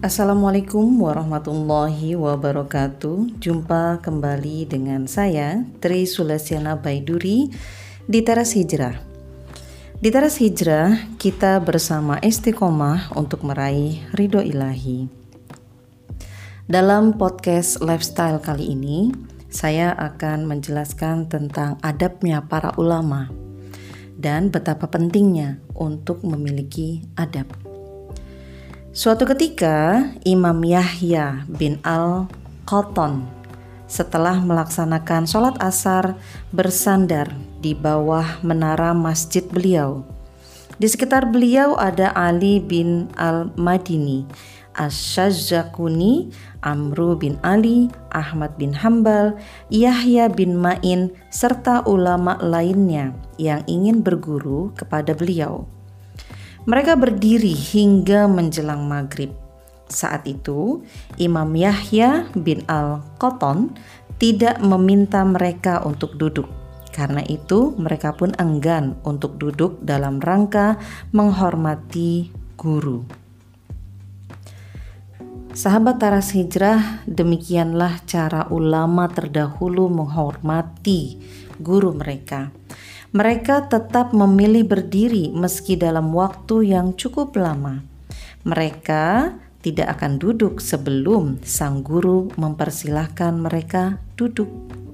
Assalamualaikum warahmatullahi wabarakatuh. Jumpa kembali dengan saya Tri Sulasiana Baiduri di Teras Hijrah. Di Teras Hijrah kita bersama istiqomah untuk meraih ridho ilahi. Dalam podcast lifestyle kali ini, saya akan menjelaskan tentang adabnya para ulama dan betapa pentingnya untuk memiliki adab. Suatu ketika Imam Yahya bin Al-Qattan setelah melaksanakan sholat asar bersandar di bawah menara masjid beliau. Di sekitar beliau ada Ali bin Al-Madini, Asy-Syadzakuni, Amru bin Ali, Ahmad bin Hambal, Yahya bin Ma'in, serta ulama lainnya yang ingin berguru kepada beliau. Mereka berdiri hingga menjelang maghrib. Saat itu, Imam Yahya bin Al-Qattan tidak meminta mereka untuk duduk. Karena itu, mereka pun enggan untuk duduk dalam rangka menghormati guru. Sahabat Teras Hijrah, demikianlah cara ulama terdahulu menghormati guru mereka. Mereka tetap memilih berdiri meski dalam waktu yang cukup lama. Mereka tidak akan duduk sebelum sang guru mempersilahkan mereka duduk.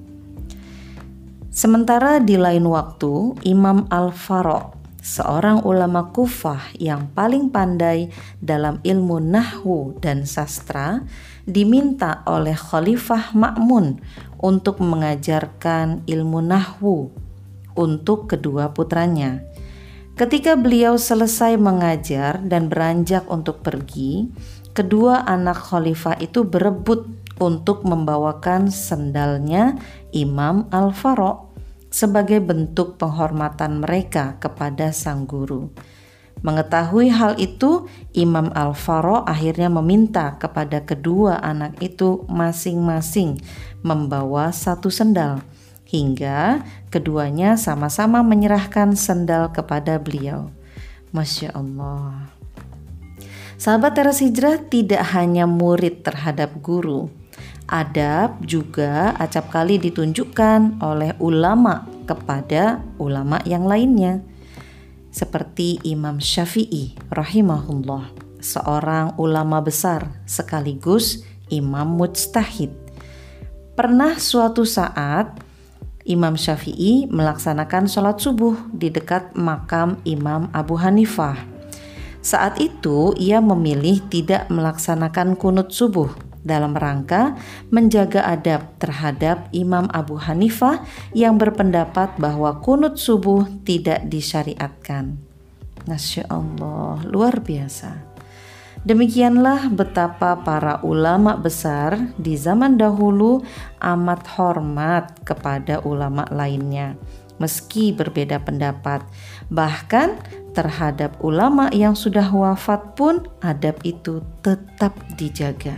Sementara di lain waktu, Imam Al-Fara', seorang ulama Kufah yang paling pandai dalam ilmu nahwu dan sastra, diminta oleh Khalifah Ma'mun untuk mengajarkan ilmu nahwu untuk kedua putranya. Ketika beliau selesai mengajar dan beranjak untuk pergi, kedua anak khalifah itu berebut untuk membawakan sendalnya Imam Al-Fara' sebagai bentuk penghormatan mereka kepada sang guru. Mengetahui hal itu, Imam Al-Fara' akhirnya meminta kepada kedua anak itu masing-masing membawa satu sendal, hingga keduanya sama-sama menyerahkan sendal kepada beliau. Masya Allah. Sahabat Teras Hijrah, tidak hanya murid terhadap guru, adab juga acap kali ditunjukkan oleh ulama kepada ulama yang lainnya. Seperti Imam Syafi'i rahimahullah, seorang ulama besar sekaligus imam mujtahid. Pernah suatu saat Imam Syafi'i melaksanakan sholat subuh di dekat makam Imam Abu Hanifah. Saat itu ia memilih tidak melaksanakan kunut subuh dalam rangka menjaga adab terhadap Imam Abu Hanifah yang berpendapat bahwa kunut subuh tidak disyariatkan. Masya Allah, luar biasa. Demikianlah betapa para ulama besar di zaman dahulu amat hormat kepada ulama lainnya, meski berbeda pendapat. Bahkan terhadap ulama yang sudah wafat pun adab itu tetap dijaga.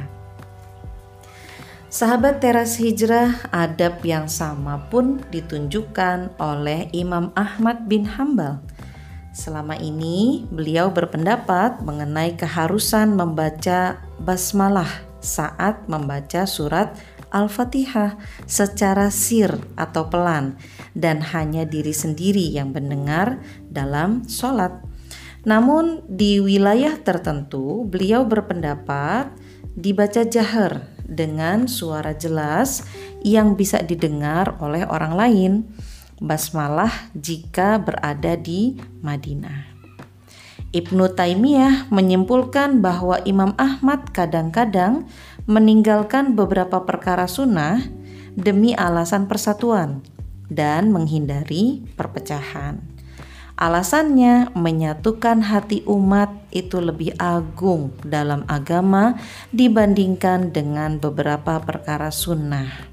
Sahabat Teras Hijrah, adab yang sama pun ditunjukkan oleh Imam Ahmad bin Hambal. Selama ini beliau berpendapat mengenai keharusan membaca basmalah saat membaca surat Al-Fatihah secara sir atau pelan, dan hanya diri sendiri yang mendengar dalam sholat. Namun di wilayah tertentu beliau berpendapat dibaca jahar dengan suara jelas yang bisa didengar oleh orang lain. Basmalah jika berada di Madinah. Ibnu Taimiyah menyimpulkan bahwa Imam Ahmad kadang-kadang meninggalkan beberapa perkara sunnah demi alasan persatuan dan menghindari perpecahan. Alasannya menyatukan hati umat itu lebih agung dalam agama dibandingkan dengan beberapa perkara sunnah.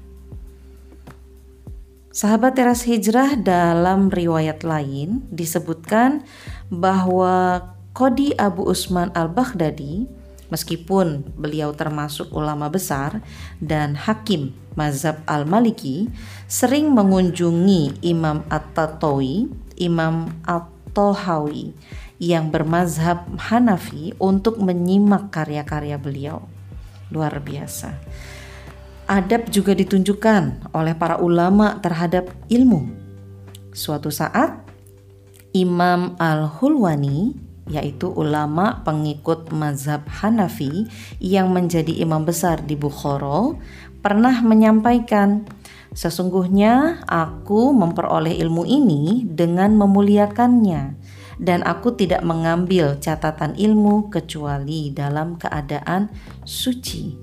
Sahabat Teras Hijrah, dalam riwayat lain disebutkan bahwa Qadhi Abu Usman Al-Baghdadi, meskipun beliau termasuk ulama besar dan hakim mazhab Al-Maliki, sering mengunjungi Imam At-Tatawi, Imam At-Tahawi yang bermazhab Hanafi untuk menyimak karya-karya beliau. Luar biasa. Adab juga ditunjukkan oleh para ulama terhadap ilmu. Suatu saat Imam Al-Hulwani, yaitu ulama pengikut mazhab Hanafi yang menjadi imam besar di Bukhara, pernah menyampaikan, "Sesungguhnya aku memperoleh ilmu ini dengan memuliakannya, dan aku tidak mengambil catatan ilmu kecuali dalam keadaan suci."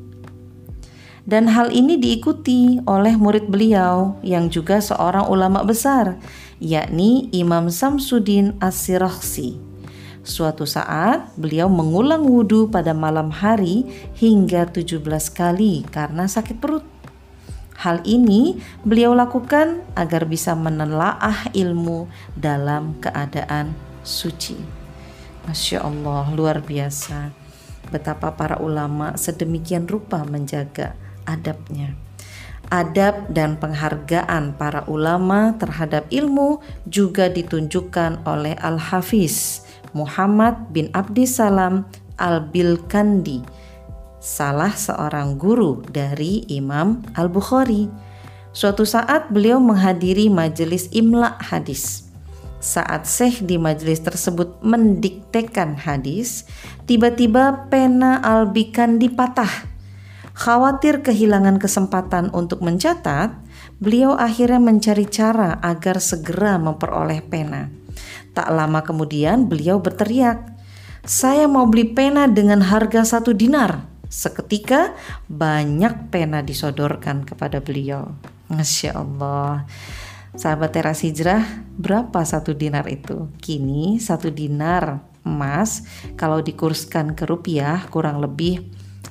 Dan hal ini diikuti oleh murid beliau yang juga seorang ulama besar, yakni Imam Samsuddin As-Sirakhsi. Suatu saat beliau mengulang wudhu pada malam hari hingga 17 kali karena sakit perut. Hal ini beliau lakukan agar bisa menelaah ilmu dalam keadaan suci. Masya Allah, luar biasa. Betapa para ulama sedemikian rupa menjaga adabnya. Adab dan penghargaan para ulama terhadap ilmu juga ditunjukkan oleh Al-Hafiz Muhammad bin Abdissalam Al-Bilkandi, salah seorang guru dari Imam Al-Bukhari. Suatu saat beliau menghadiri majelis imla hadis. Saat syekh di majelis tersebut mendiktekan hadis, tiba-tiba pena Al-Bilkandi patah. Khawatir kehilangan kesempatan untuk mencatat, beliau akhirnya mencari cara agar segera memperoleh pena. Tak lama kemudian beliau berteriak, "Saya mau beli pena dengan harga 1 dinar." Seketika banyak pena disodorkan kepada beliau. Masya Allah. Sahabat Teras Hijrah, berapa 1 dinar itu? Kini 1 dinar emas kalau dikurskan ke rupiah kurang lebih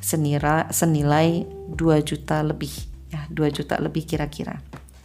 senilai 2 juta lebih, ya, 2 juta lebih kira-kira.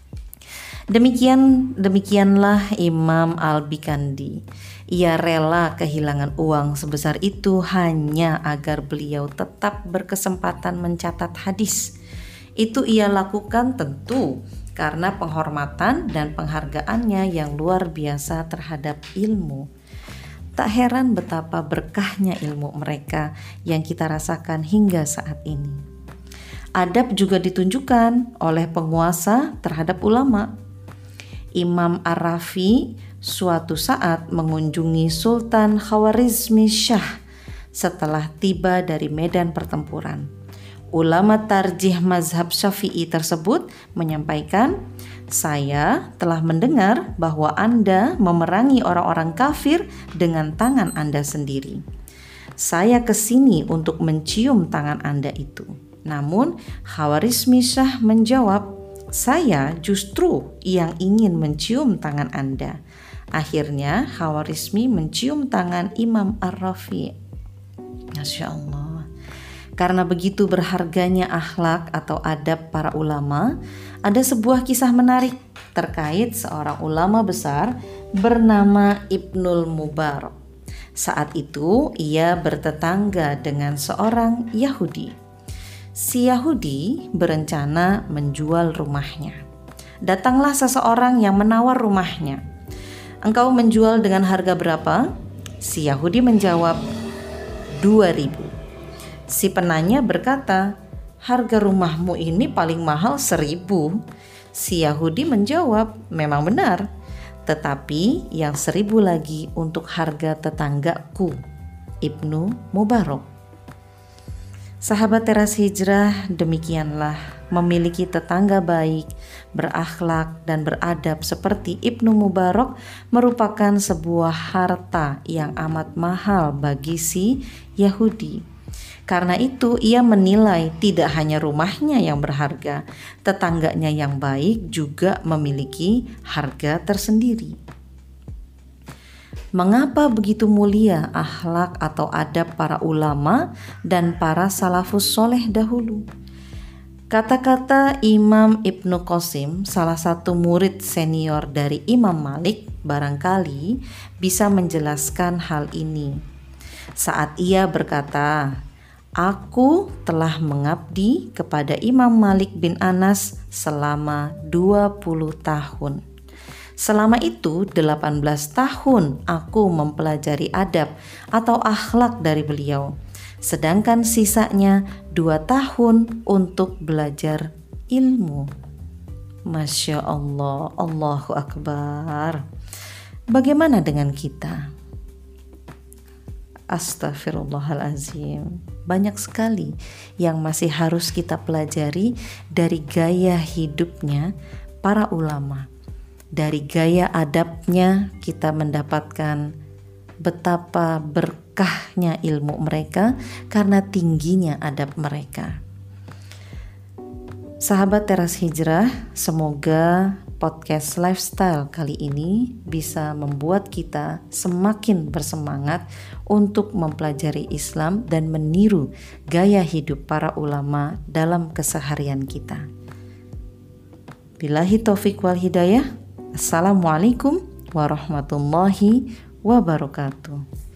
Demikianlah Imam Al-Bilkandi. Ia rela kehilangan uang sebesar itu hanya agar beliau tetap berkesempatan mencatat hadis. Itu ia lakukan tentu karena penghormatan dan penghargaannya yang luar biasa terhadap ilmu. Tak heran betapa berkahnya ilmu mereka yang kita rasakan hingga saat ini. Adab juga ditunjukkan oleh penguasa terhadap ulama. Imam Ar-Rafi suatu saat mengunjungi Sultan Khawarizmi Shah setelah tiba dari medan pertempuran. Ulama tarjih mazhab Syafi'i tersebut menyampaikan, "Saya telah mendengar bahwa Anda memerangi orang-orang kafir dengan tangan Anda sendiri. Saya kesini untuk mencium tangan Anda itu." Namun Khawarizmi Shah menjawab, "Saya justru yang ingin mencium tangan Anda." Akhirnya Khawarizmi mencium tangan Imam Ar-Rafi. Masya Allah. Karena begitu berharganya akhlak atau adab para ulama, ada sebuah kisah menarik terkait seorang ulama besar bernama Ibnul Mubarak. Saat itu ia bertetangga dengan seorang Yahudi. Si Yahudi berencana menjual rumahnya. Datanglah seseorang yang menawar rumahnya. "Engkau menjual dengan harga berapa?" Si Yahudi menjawab, 2.000. Si penanya berkata, "Harga rumahmu ini paling mahal 1.000. Si Yahudi menjawab, "Memang benar, tetapi yang 1.000 lagi untuk harga tetanggaku, Ibnu Mubarak." Sahabat Teras Hijrah, demikianlah memiliki tetangga baik, berakhlak dan beradab seperti Ibnu Mubarak merupakan sebuah harta yang amat mahal bagi si Yahudi. Karena itu ia menilai tidak hanya rumahnya yang berharga, tetangganya yang baik juga memiliki harga tersendiri. Mengapa begitu mulia akhlak atau adab para ulama dan para salafus soleh dahulu? Kata-kata Imam Ibnu Qasim, salah satu murid senior dari Imam Malik, barangkali bisa menjelaskan hal ini. Saat ia berkata, "Aku telah mengabdi kepada Imam Malik bin Anas selama 20 tahun. Selama itu 18 tahun aku mempelajari adab atau akhlak dari beliau. Sedangkan sisanya 2 tahun untuk belajar ilmu. Masya Allah, Allahu Akbar. Bagaimana dengan kita? Astaghfirullahalazim. Banyak sekali yang masih harus kita pelajari dari gaya hidupnya para ulama. Dari gaya adabnya kita mendapatkan betapa berkahnya ilmu mereka karena tingginya adab mereka. Sahabat Teras Hijrah, semoga podcast lifestyle kali ini bisa membuat kita semakin bersemangat untuk mempelajari Islam dan meniru gaya hidup para ulama dalam keseharian kita. Billahi taufiq wal hidayah. Assalamualaikum warahmatullahi wabarakatuh.